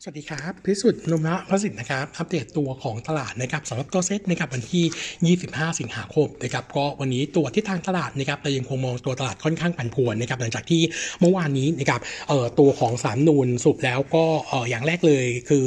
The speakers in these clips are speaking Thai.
สวัสดีครับพิสุทธิ์นุมะพสิทธิ์นะครับอัปเดตตัวของตลาดนะครับสำหรับตัวเซ็ตนะครับวันที่25สิงหาคมนะครับก็วันนี้ตัวที่ทางตลาดนะครับเรายังคงมองตัวตลาดค่อนข้างผันผวนนะครับหลังจากที่เมื่อวานนี้นะครับตัวของศาลนูญสรุปแล้วก็อย่างแรกเลยคือ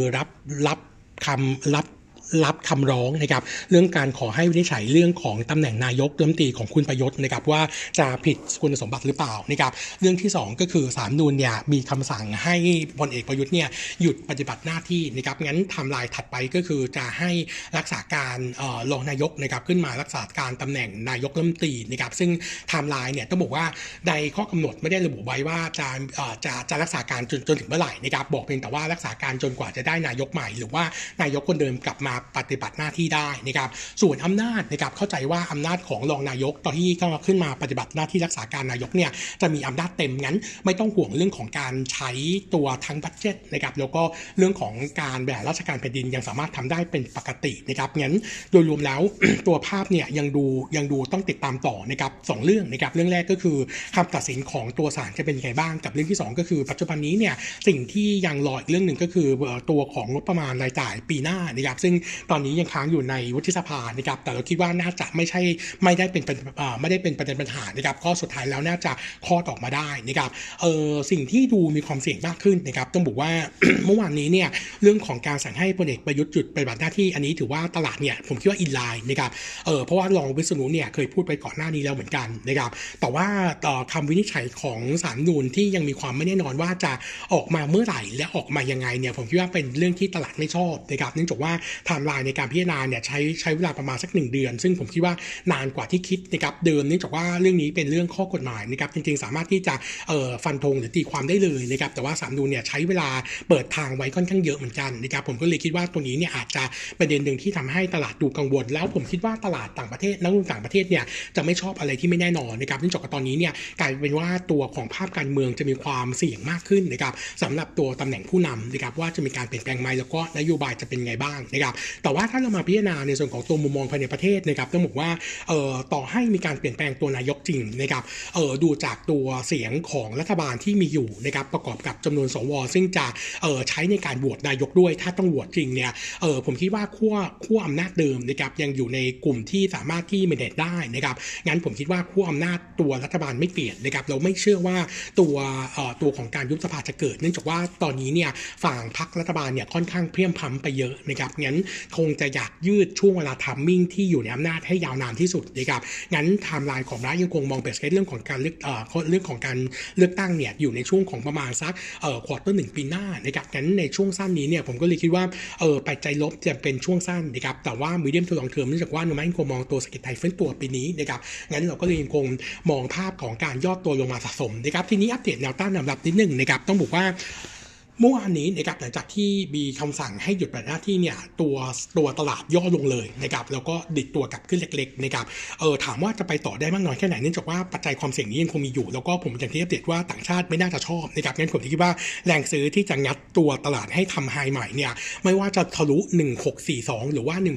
รับคำร้องนะครับเรื่องการขอให้วินิจฉัยเรื่องของตำแหน่งนายกรัฐมนตรีของคุณประยุทธ์นะครับว่าจะผิดคุณสมบัติหรือเปล่านะครับเรื่องที่2ก็คือศาลนูญเนี่ยมีคำสั่งให้พลเอกประยุทธ์เนี่ยหยุดปฏิบัติหน้าที่นะครับงั้นไทม์ไลน์ถัดไปก็คือจะให้รักษาการรองนายกนะครับขึ้นมารักษาการตำแหน่งนายกรัฐมนตรีนะครับซึ่งไทม์ไลน์เนี่ยต้องบอกว่าในข้อกำหนดไม่ได้ระบุไว้ว่าจะรักษาการจนถึงเมื่อไหร่นะครับบอกเพียงแต่ว่ารักษาการจนกว่าจะได้นายกใหม่หรือว่านายกคนเดิมกลับมาปฏิบัติหน้าที่ได้นะครับส่วนอำนาจนะครับเข้าใจว่าอำนาจของรองนายกตอนที่ขึ้นมาปฏิบัติหน้าที่รักษาการนายกเนี่ยจะมีอำนาจเต็มงั้นไม่ต้องห่วงเรื่องของการใช้ตัวทั้งบัดเจ็ตนะครับแล้วก็เรื่องของการบริหารราชการแผ่นดินยังสามารถทำได้เป็นปกตินะครับงั้นโดยรวมแล้ว ตัวภาพเนี่ยยังดูต้องติดตามต่อนะครับ2เรื่องนะครับเรื่องแรกก็คือคำตัดสินของตัวศาลจะเป็นยังไงบ้างกับเรื่องที่2ก็คือปัจจุบันนี้เนี่ยสิ่งที่ยังรออีกเรื่องหนึ่งก็คือตัวของงบประมาณรายจ่ายปีหน้านะครับซึ่งตอนนี้ยังค้างอยู่ในวุฒิสภานะครับแต่เราคิดว่าน่าจะไม่ได้เป็นประเด็นปัญหานะครับก็สุดท้ายแล้วน่าจะคลอดออกมาได้นะครับสิ่งที่ดูมีความเสี่ยงมากขึ้นนะครับต้องบอกว่า เมื่อวานนี้เนี่ยเรื่องของการสั่งให้พลเอกประยุทธ์หยุดปฏิบัติหน้าที่อันนี้ถือว่าตลาดเนี่ยผมคิดว่าอินไลน์นะครับเพราะว่ารองวิษณุเนี่ยเคยพูดไปก่อนหน้านี้แล้วเหมือนกันนะครับแต่ว่าคำวินิจฉัยของศาลนูญที่ยังมีความไม่แน่นอนว่าจะออกมาเมื่อไหร่และออกมายังไงเนี่ยผมคิดว่าเป็นเรื่องที่ตลาดไม่ชอบนะครับเนื่องจากว่าไทม์ไลน์ในการพิจารณาเนี่ยใช้เวลาประมาณสัก1 เดือนซึ่งผมคิดว่านานกว่าที่คิดนะครับเดิมเนื่องจากว่าเรื่องนี้เป็นเรื่องข้อกฎหมายนะครับจริงๆสามารถที่จะฟันธงหรือตีความได้เลยนะครับแต่ว่าศาลนูญเนี่ยใช้เวลาเปิดทางไว้ค่อนข้างเยอะเหมือนกันนะครับผมก็เลยคิดว่าตรงนี้เนี่ยอาจจะประเด็นหนึ่งที่ทำให้ตลาดดูกังวลแล้วผมคิดว่าตลาดต่างประเทศนักลงทุนต่างประเทศเนี่ยจะไม่ชอบอะไรที่ไม่แน่นอนนะครับเนื่องจากตอนนี้เนี่ยกลายเป็นว่าตัวของภาพการเมืองจะมีความเสี่ยงมากขึ้นนะครับสำหรับตัวตำแหน่งผู้นำนะครับว่าจะมีการเปลี่ยนแปลงไหมแล้วก็นโยบายจะเป็นไงบ้างนะครับแต่ว่าถ้าเรามาพิจารณาในส่วนของตัวมุมมองภายในประเทศนะครับต้องบอกว่าต่อให้มีการเปลี่ยนแปลงตัวนายกจริงนะครับดูจากตัวเสียงของรัฐบาลที่มีอยู่นะครับประกอบกับจำนวนสวซึ่งจะใช้ในการโหวตนายกด้วยถ้าต้องโหวตจริงเนี่ยผมคิดว่าขั้วอำนาจเดิมนะครับยังอยู่ในกลุ่มที่สามารถที่เมเนจได้นะครับงั้นผมคิดว่าขั้วอำนาจตัวรัฐบาลไม่เปลี่ยนนะครับเราไม่เชื่อว่าตัวของการยุบสภาจะเกิดเนื่องจากว่าตอนนี้เนี่ยฝั่งพรรครัฐบาลเนี่ยค่อนข้างเพลี่ยมพล้ำไปเยอะนะครับงั้นคงจะอยากยืดช่วงเวลาทัมมิ่งที่อยู่ในอำนาจให้ยาวนานที่สุดนะครับงั้นไทม์ไลน์ของรัฐยังคงมองเบสเคสเรื่องของการเรื่องของการเลือกตั้งเนี่ยอยู่ในช่วงของประมาณสักควอเตอร์1 ปีหน้านะครับงั้นในช่วงสั้นนี้เนี่ยผมก็เลยคิดว่าปัจจัยลบจะเป็นช่วงสั้นนะครับแต่ว่ามีเดียมทูลองเทอมเนื่องจากว่าโนแมนคงมองตัวเศรษฐกิจไทยฟื้นตัวปีนี้นะครับงั้นเราก็เลยยังคงมองภาพของการย่อตัวลงมาสะสมนะครับทีนี้อัปเดตแนวต้านแนวรับนิดนึงนะครับต้องบอกว่าเมื่อวานนี้นะครับหลังจากที่มีคำสั่งให้หยุดปฏิบัติหน้าที่เนี่ยตัวตลาดย่อลงเลยนะครับแล้วก็ดิดตัวกลับขึ้นเล็กๆนะครับถามว่าจะไปต่อได้มากน้อยแค่ไหนเนื่องจากว่าปัจจัยความเสี่ยงนี้ยังคงมีอยู่แล้วก็ผมอย่างที่อัปเดตว่าต่างชาติไม่น่าจะชอบนะครับงั้นผมคิดว่าแรงซื้อที่จะงัดตัวตลาดให้ทำไฮใหม่เนี่ยไม่ว่าจะทะลุ1642หรือว่า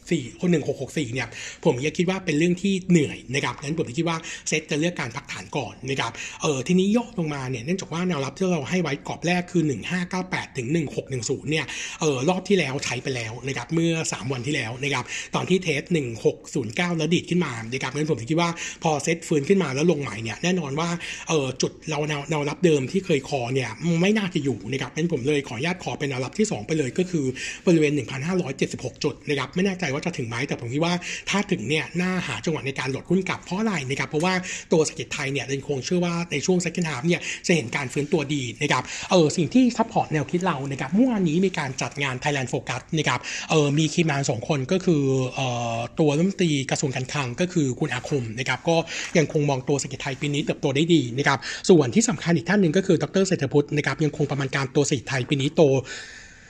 1664เนี่ยผมยังคิดว่าเป็นเรื่องที่เหนื่อยนะครับงั้นผมคิดว่าเซตจะเลือกการพักฐานก่อนนะครับทีนี้ย่อลงมาเนี่ยเนื่องจากว่าแนวรับที่เราให้ไว้กรอบแรกคือ1598ถึง1610เนี่ยรอบที่แล้วใช้ไปแล้วนะครับเมื่อ3 วันที่แล้วนะครับตอนที่เทส1609แล้วดีดขึ้นมานะครับงั้นผมคิดว่าพอเซตฟื้นขึ้นมาแล้วลงใหม่เนี่ยแน่นอนว่าจุดเราแนวรับเดิมที่เคยคอเนี่ยไม่น่าจะอยู่นะครับงั้นผมเลยขออนุญาตขอเป็นแนวรับที่2ไปเลยก็คือบริเวณ 1,576 จุดนะครับไม่แน่ใจว่าจะถึงไหมแต่ผมคิดว่าถ้าถึงเนี่ยน่าหาจังหวะในการหลดหุ้นกลับเพราะอะไรนะครับเพราะว่าตัวเศรษฐกิจไทยเนี่ยยังคงเชื่อว่าในช่วง second half เนี่ยจะเห็นการฟื้นตัวดีนะครับสิ่งที่ซัพพอร์ตแนวคิดเรานะครับเมื่อวานนี้มีการจัดงาน Thailand Focus นะครับมีคีย์แมน2 คนก็คือตัวรัฐมนตรีกระทรวงการคลังก็คือคุณอาคมนะครับก็ยังคงมองตัวเศรษฐกิจไทยปีนี้เติบโตได้ดีนะครับส่วนที่สำคัญอีกท่านหนึ่งก็คือดร.เศรษฐพุทธนะครับยังคงประมาณการตัวเศรษฐกิจไทยปีนี้โต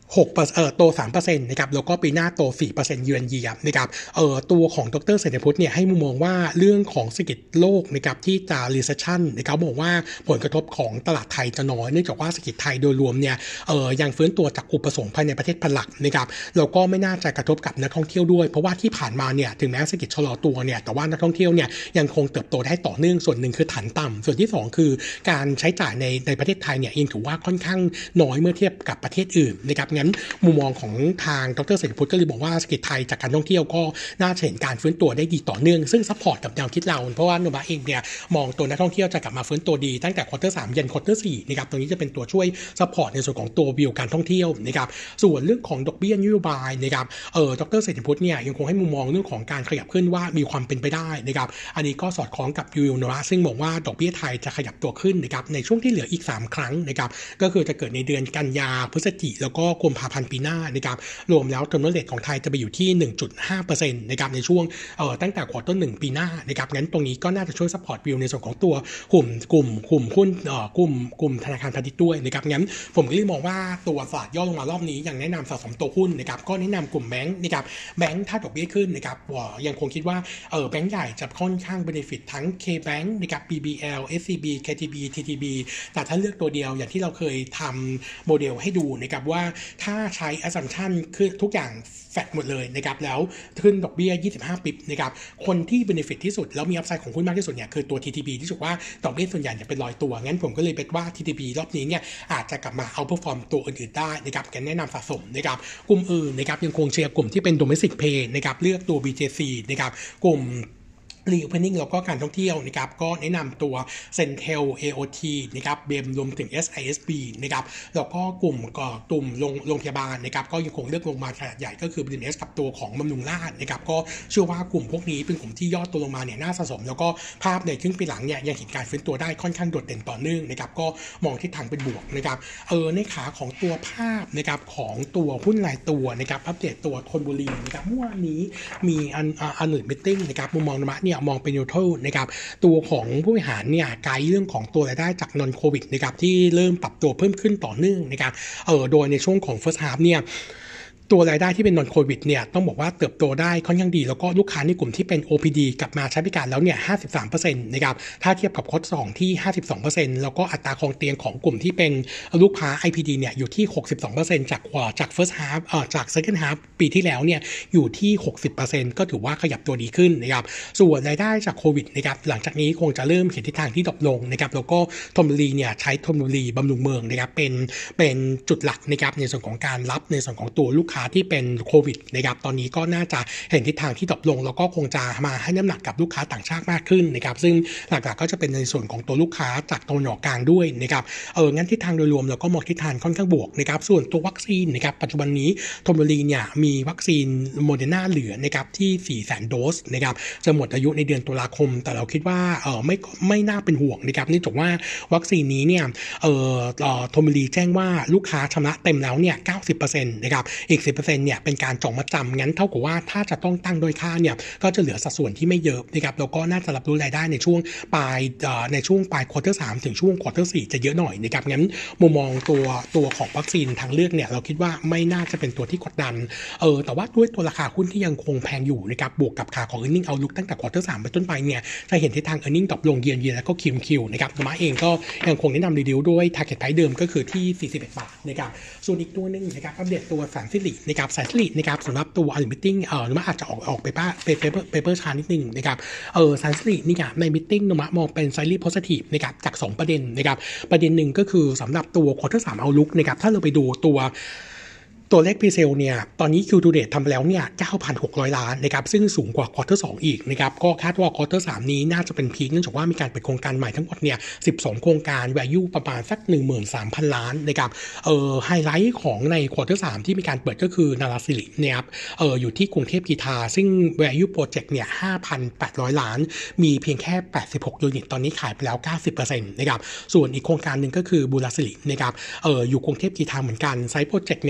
โต 3% นะครับแล้วก็ปีหน้าโต 4% year-on-year นะครับตัวของดร.เศรษฐพุทธเนี่ยให้มุมมองว่าเรื่องของเศรษฐกิจโลกนะครับที่จะ recession นะครับบอกว่าผลกระทบของตลาดไทยจะน้อยเนื่องจากว่าเศรษฐกิจไทยโดยรวมเนี่ยยังฟื้นตัวจากอุปสงค์ภายในประเทศเป็นหลักนะครับแล้วก็ไม่น่าจะกระทบกับนักท่องเที่ยวด้วยเพราะว่าที่ผ่านมาเนี่ยถึงแม้เศรษฐกิจชะลอตัวเนี่ยแต่ว่านักท่องเที่ยวเนี่ยยังคงเติบโตได้ต่อเนื่องส่วนหนึ่งคือฐานต่ำส่วนที่2คือการใช้จ่ายในประเทศไทยเนี่ยยังถือว่าค่อนข้างน้อยเมื่อเทียบกับประเทศอื่นนะครับงั้นมุมมองของทางดร.เศรษฐพุทธก็เลยบอกว่าเศรษฐกิจไทยจากการท่องเที่ยวก็น่าจะเห็นการฟื้นตัวได้ดีต่อเนื่องซึ่งซัพพอร์ตกับแนวคิดเราเพราะว่าโนบะเองเนี่ยมองตัวนักท่องเที่ยวจะกลับมาฟื้นตัวดีตั้งแต่ควอเตอร์3ยันควอเตอร์4นะครับตรงนี้จะเป็นตัวช่วยซัพพอร์ตในส่วนของตัววิวการท่องเที่ยวนะครับส่วนเรื่องของดอกเบี้ยนโยบายนะครับดร.เศรษฐพุทธเนี่ยยังคงให้มุมมองเรื่องของการขยับขึ้นว่ามีความเป็นไปได้นะครับอันนี้ก็สอดคล้องกับยูโนบะซึ่งบอกว่าดอกเบี้ยไทยจะขยับตัวขึ้นนะครับในช่วงที่เหลืออีก3ครั้งนะครับก็คือจะเกิดในเดือนกันยาพฤศจิกแล้วก็กุมภาพันธ์ปีหน้านะครับรวมแล้วตัวเลทของไทยจะไปอยู่ที่ 1.5% นะครับในช่วงตั้งแต่ควอเตอร์1ปีหน้านะครับงั้นตรงนี้ก็น่าจะช่วยซัพพอร์ตวิวในส่วนของตัวกลุ่มหุ้นกลุ่มธนาคารพาณิชย์ด้วยนะครับงั้นผมก็เลยมองว่าตัวตลาดย่อลงมารอบนี้ยังแนะนำสะสมตัวหุ้นนะครับก็แนะนำกลุ่มแบงค์นะครับแบงค์ถ้าดอกเบี้ยขึ้นนะครับยังคงคิดว่าแบงค์ใหญ่จะค่อนข้างเบเนฟิตทั้ง K-Bank นะครับ BBL SCB KTB TTB แต่ถ้าเลือกตัวเดียวอย่างที่เราเคยทำโมเดลให้ดูนะครับว่าถ้าใช้ assumption คือทุกอย่างแฟกหมดเลยนะครับแล้วขึ้นดอกเบี้ย25ปิ๊บนะครับคนที่เบเนฟิตที่สุดแล้วมีอัพไซด์ของหุ้นมากที่สุดเนี่ยคือตัว TTB ที่สุดว่าดอกเบี้ยส่วนใหญ่จะเป็น100ตัวงั้นผมก็เลยเบ็ดว่า TTB รอบนี้เนี่ยอาจจะกลับมาเอาเพอร์ฟอร์มตัวอื่นๆได้นะครับกันแนะนำสะสมนะครับกลุ่มอื่นนะครับยังคงเชียร์กลุ่มที่เป็น Domestic Play นะครับเลือกตัว BJC นะครับกลุ่มreopening แล้วก็การท่องเที่ยวนะครับก็แนะนำตัว Centel AOT นะครับเบมรวมถึง SISB นะครับแล้วก็กลุ่มโรงพยาบาลนะครับก็ยังคงเลือกโรงพยาบาลขนาดใหญ่ก็คือ BMS กับตัวของบำรุงราษฎร์นะครับก็เชื่อว่ากลุ่มพวกนี้เป็นกลุ่มที่ยอดตัวลงมาเนี่ยน่าสะสมแล้วก็ภาพในครึ่งปีหลังเนี่ยยังเห็นการฟื้นตัวได้ค่อนข้างโดดเด่นต่อเนื่องนะครับก็มองทิศทางเป็นบวกนะครับในขาของตัวภาพนะครับของตัวหุ้นรายตัวนะครับอัปเดตตัวธนบุรีนะครับเมื่อวานนี้มีอันหนึ่งมิทติ้งนะครับมุมมองนะมองเป็นนิวทรัลนะครับตัวของผู้บริหารเนี่ยไกด์เรื่องของตัวรายได้จากนอนโควิดนะครับที่เริ่มปรับตัวเพิ่มขึ้นต่อเนื่องนะครับโดยในช่วงของ first half เนี่ยตัวรายได้ที่เป็นนอนโควิดเนี่ยต้องบอกว่าเติบโตได้ค่อนข้างดีแล้วก็ลูกค้าในกลุ่มที่เป็น OPD กลับมาใช้บริการแล้วเนี่ย 53% นะครับถ้าเทียบกับควอเตอร์2ที่ 52% แล้วก็อัตราครองเตียงของกลุ่มที่เป็นลูกค้า IPD เนี่ยอยู่ที่ 62% จาก first half จาก second half ปีที่แล้วเนี่ยอยู่ที่ 60% ก็ถือว่าขยับตัวดีขึ้นนะครับส่วนรายได้จากโควิดนะครับหลังจากนี้คงจะเริ่มเห็นทิศทางที่ดรอปลงนะครับแล้วก็ธนบุรีเนี่ยใช้ธนบุรีบำรุงเมืองนะครับเป็นจุดหลักนะครับในส่วนของการรับในส่วนของตัวลูกค้าที่เป็นโควิดนะครับตอนนี้ก็น่าจะเห็นทิศทางที่ดรอปลงแล้วก็คงจะมาให้น้ำหนักกับลูกค้าต่างชาติมากขึ้นนะครับซึ่งหลักๆก็จะเป็นในส่วนของตัวลูกค้าจากตะวันออกกลางด้วยนะครับงั้นทิศทางโดยรวมเราก็มองทิศทางค่อนข้างบวกนะครับส่วนตัววัคซีนนะครับปัจจุบันนี้ธนบุรีเนี่ยมีวัคซีนโมเดอร์นาเหลือนะครับที่ 400,000 โดสนะครับจะหมดอายุในเดือนตุลาคมแต่เราคิดว่าไม่น่าเป็นห่วงนะครับเนื่องจากว่าวัคซีนนี้เนี่ยธนบุรีแจ้งว่าลูกค้าชำระเต็มแล้วเนี่ย 90% นะครับอีก 10% เนี่ยเป็นการจองมาจำงั้นเท่ากับว่าถ้าจะต้องตั้งโดยค่าเนี่ยก็จะเหลือสัดส่วนที่ไม่เยอะนะครับแล้วก็น่าจะรับรู้รายได้ในช่วงปลายควอเตอร์3ถึงช่วงควอเตอร์4จะเยอะหน่อยนะครับงั้นมุมมองตัวของวัคซีนทางเลือกเนี่ยเราคิดว่าไม่น่าจะเป็นตัวที่กดดันแต่ว่าด้วยตัวราคาหุ้นที่ยังคงแพงอยู่นะครับบวกกับขาของ earning outlook ตั้งแต่ควอเตอร์3เป็นต้นไปเนี่ยจะเห็นทิศทาง earning ดรอปลงเยือนแล้วก็คิวนะครับตัวมาเองก็ยังคงแนะนำรีดิวด้วย target price เดิมก็คือที่41 บาทนะครับส่วนอีกตัวนึงนะครับอัปเดตตัวสารสิรินะครับสารสิรินะครับสำหรับตัวมิทติ้งหรือว่าอาจจะออกไปเปเปอร์ชานิดนึงนะครับสารสิรินี่ครับในมิทติ้งนมองเป็นไซรี่โพซิทีฟนะครับจาก2ประเด็นนะครับประเด็นหนึ่งก็คือสำหรับตัวควอเตอร์3เอาลุกนะครับถ้าเราไปดูตัวเลข Pre-sale เนี่ยตอนนี้ Q2 date ทำไปแล้วเนี่ย 9,600 ล้านนะครับซึ่งสูงกว่าควอเตอร์2อีกนะครับก็คาดว่าควอเตอร์3นี้น่าจะเป็นพีคเนื่องจากว่ามีการเปิดโครงการใหม่ทั้งหมดเนี่ย12โครงการ value ประมาณสัก 13,000 ล้านนะครับไฮไลท์ของในควอเตอร์3ที่มีการเปิดก็คือนาราสิรินะครับอยู่ที่กรุงเทพกีฬาซึ่ง value project เนี่ย 5,800 ล้านมีเพียงแค่86ยูนิตตอนนี้ขายไปแล้ว 90% นะครับส่วนอีกโครงการนึงก็คือบูราสิรินะครับอยู่กรุงเทพกีฬาเหมือนกันไซต์โปรเจกต์เนี่ย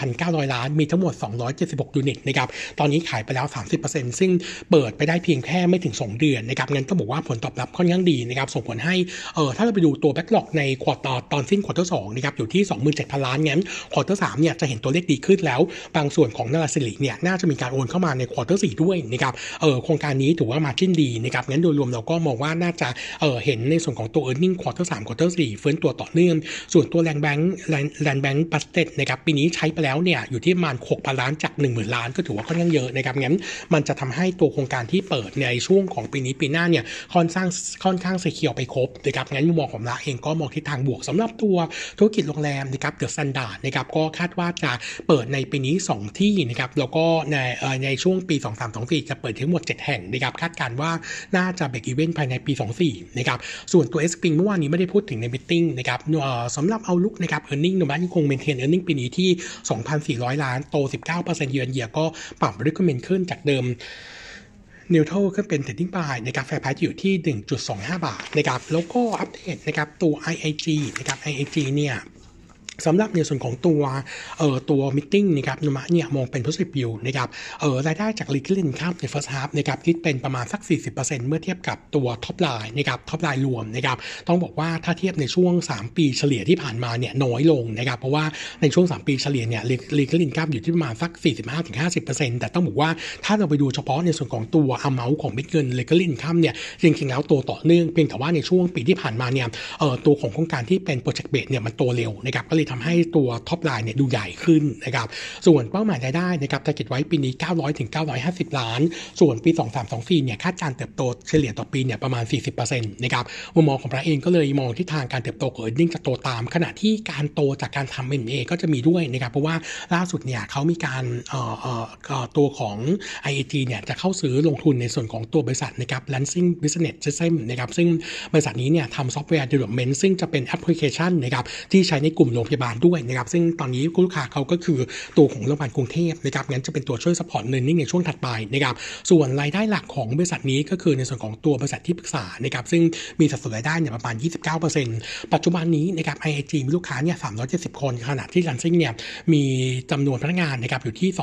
5,900 ล้านมีทั้งหมด276ยูนิตนะครับตอนนี้ขายไปแล้ว 30% ซึ่งเปิดไปได้เพียงแค่ไม่ถึง2เดือนนะครับงั้นก็บอกว่าผลตอบรับค่อนข้างดีนะครับส่งผลให้ถ้าเราไปดูตัวแบ็กหลอกในควอเตอร์ตอนสิ้นควอเตอร์2นะครับอยู่ที่ 27,000 ล้านงั้นควอเตอร์3เนี่ยจะเห็นตัวเลขดีขึ้นแล้วบางส่วนของนาราสิริเนี่ยน่าจะมีการโอนเข้ามาในควอเตอร์4ด้วยนะครับโครงการนี้ถือว่ามาร์จิ้นดีนะครับงั้นโดยรวมเราก็มองว่าน่าจะเห็นในส่วนของตัว earning ควอเตอร์3ควอเตอร์4ฟื้นตัวต่อเนื่องส่วนตัวแลนด์แบงค์บัสเต็ดนะครับปีนี้ใช้ไปแล้วเนี่ยอยู่ที่ประมาณ 6,000 ล้านจาก 10,000 ล้านก็ถือว่าค่อนข้างเยอะนะครับงั้นมันจะทำให้ตัวโครงการที่เปิดในช่วงของปีนี้ปีหน้าเนี่ยค่อนข้างเซคิวร์ไปครบนะครับงั้นมุมมองของเราเองก็มองทิศทางบวกสำหรับตัวธุรกิจโรงแรมนะครับเดอะสแตนดาร์ดนะครับก็คาดว่าจะเปิดในปีนี้2ที่นะครับแล้วก็ในช่วงปี2324จะเปิดทั้งหมด7แห่งนะครับคาดการณ์ว่าน่าจะเบรกอีเวนต์ภายในปี24นะครับส่วนตัว Spring เมื่อวานนี้ไม่ได้พูดถึงในมีตติ้งนะครับสำหรับเอาลุกนะครับ earning โนมัสยังคงเมนเทน earning ปีนี้ที่ 2,400 ล้านโต 19% year-on-year ก็ปรับ recommend ขึ้นจากเดิมneutral ขึ้นเป็น trading buy นะครับ fair price อยู่ที่ 1.25 บาทนะครับแล้วก็อัปเดตนะครับตัว IIG นะครับ IIG เนี่ยสำหรับในส่วนของตัวมิทติ้งนะครับนุมะเนี่ยมองเป็น positive view นะครับรายได้จาก recurring income ใน first half นะครับคิดเป็นประมาณสัก 40% เมื่อเทียบกับตัว top line นะครับ top line รวมนะครับต้องบอกว่าถ้าเทียบในช่วง3ปีเฉลี่ยที่ผ่านมาเนี่ยน้อยลงนะครับเพราะว่าในช่วง3ปีเฉลี่ยเนี่ย recurring income อยู่ที่ประมาณสัก 45-50% แต่ต้องบอกว่าถ้าเราไปดูเฉพาะในส่วนของตัว amount ของเม็ดเงิน recurring income เนี่ยจริงๆแล้วโตต่อเนื่องเพียงแต่ว่าในช่วงปีที่ผ่านมาเนี่ยตัวของโครงการที่เป็น project base เนี่ยมันโตเร็วนะครับก็เลยทำให้ตัวท็อปไลน์เนี่ยดูใหญ่ขึ้นนะครับส่วนเป้าหมายรายได้นะครับจะเก็บไว้ปีนี้900 ถึง 950 ล้านส่วนปี2324เนี่ยคาดการเติบโตเฉลี่ยต่อปีเนี่ยประมาณ 40% นะครับมุมมองของพระเองก็เลยมองทิศทางการเติบโตของ earning จะโตตามขณะที่การโตจากการทำ M&A ก็จะมีด้วยนะครับเพราะว่าล่าสุดเนี่ยเขามีการตัวของ IAG เนี่ยจะเข้าซื้อลงทุนในส่วนของตัวบริษัทนะครับ Lansing Business System นะครับซึ่งบริษัทนี้เนี่ยทำซอฟต์แวร์ development ซึ่งจะเป็นแอปพลิเคชันนะครับที่ใช้ในกลุ่มโรงพยาบาลด้วยนะครับซึ่งตอนนี้ลูกค้าเขาก็คือตัวของโรงพยาบาลกรุงเทพนะครับงั้นจะเป็นตัวช่วย support learning ในช่วงถัดไปนะครับส่วนรายได้หลักของบริษัทนี้ก็คือในส่วนของตัวบริษัทที่ปรึกษานะครับซึ่งมีสัดส่วนรายได้เนี่ยประมาณ 29% ปัจจุบันนี้นะครับ IAG มีลูกค้าเนี่ย370 คนขณะที่ Lansing เนี่ยมีจำนวนพนักงานนะครับอยู่ที่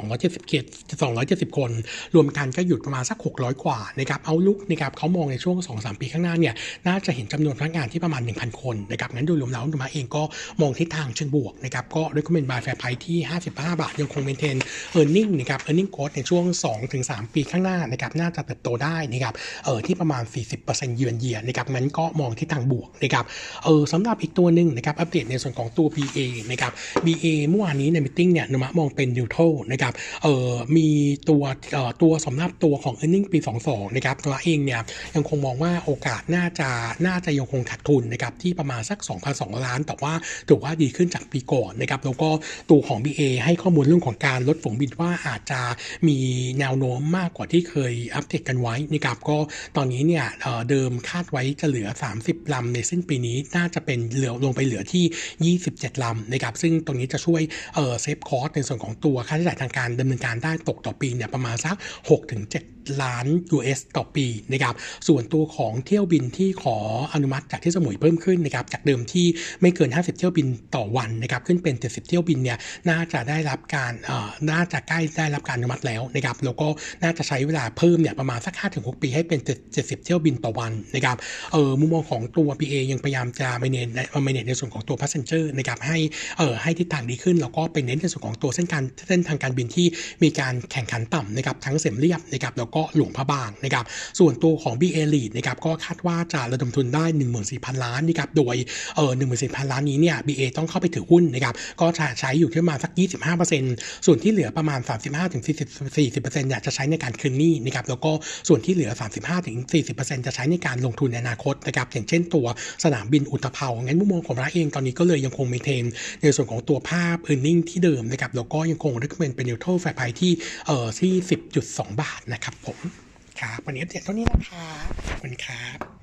270 คนรวมกันก็อยู่ประมาณสัก600กว่านะครับเอาลุกนะครับเขามองในช่วง 2-3 ปีข้างหน้าเนี่ยน่าจะเห็นจำนวนพนักงานที่ประมาณ 1,000 คนนะครับงั้นโดยรวมแล้วตัวมาเองก็มองทิศทางเชิงบวกนะครับก็ recommend buy fair price ที่55 บาทยังคง maintain earning นะครับ earning growth ในช่วง 2-3 ปีข้างหน้านะครับน่าจะเติบโตได้นะครับที่ประมาณ 40% year-on-year นะครับงั้นก็มองทิศทางบวกนะครับสำหรับอีกตัวหนึ่งนะครับอัปเดตในส่วนของตัว BA นะครับ BA เมื่อวานนี้ใน meeting เนี่ยนุมะมองเป็น neutral นะครับมีตัวสำหรับตัวของ earning ปี22นะครับตัวเองเนี่ยยังคงมองว่าโอกาสน่าจะยังคงขาดทุนนะครับที่ประมาณสัก 2,200 ล้านแต่ว่าถือว่าดีขึ้นจากปีก่อนนะครับแล้วก็ตัวของ BA ให้ข้อมูลเรื่องของการลดฝูงบินว่าอาจจะมีแนวโน้มมากกว่าที่เคยอัปเดตกันไว้นะครับก็ตอนนี้เนี่ยเดิมคาดไว้จะเหลือ30ลำในสิ้นปีนี้น่าจะเป็นลงไปเหลือที่27ลำนะครับซึ่งตรงนี้จะช่วยเซฟคอสในส่วนของตัวค่าใช้จ่ายทางการดำเนินการได้ตกต่อปีเนี่ยประมาณสัก 6-7 ล้าน US ต่อปีนะครับส่วนตัวของเที่ยวบินที่ขออนุมัติจากที่สมุยเพิ่มขึ้นนะครับจากเดิมที่ไม่เกิน50เที่ยวบินต่อวันนะครับขึ้นเป็น70เที่ยวบินเนี่ยน่าจะได้รับการน่าจะใกล้ได้รับการอนุมัติแล้วนะครับแล้วก็น่าจะใช้เวลาเพิ่มเนี่ยประมาณสัก 5-6 ปีให้เป็น70เที่ยวบินต่อวันนะครับมุมมองของตัว BA ยังพยายามจะ manage ในส่วนของตัว passenger นะครับให้ทิศทางดีขึ้นแล้วก็เป็นเน้นในส่วนของตัวเส้นทางการบินที่มีการแข่งขันต่ำนะครับทั้งเสียมเรียบนะครับแล้วก็หลวงพระบางนะครับส่วนตัวของ BA Lead นะครับก็คาดว่าจะระดมทุนได้ 14,000 ล้านนะครับโดย14,000 ล้านนี้เนี่ย BA ต้องเข้าไปถือหุ้นนะครับก็จะใช้อยู่ที่ประมาณสัก 25% ส่วนที่เหลือประมาณ 35-40% เนี่ยจะใช้ในการคืนหนี้นะครับแล้วก็ส่วนที่เหลือ 35-40% จะใช้ในการลงทุนในอนาคตนะครับอย่างเช่นตัวสนามบินอุตภเปางั้นมุมมองของเราเองตอนนี้ก็เลยยังคง maintain ในส่วนของตัวภาพ earning ที่เดิมนะครับแล้วก็ยังคง recommend เป็น neutral fair price ที่ 10.2 บาทนะครับผมครับวันนี้อัปเดตเท่านี้นะคะขอบคุณครับ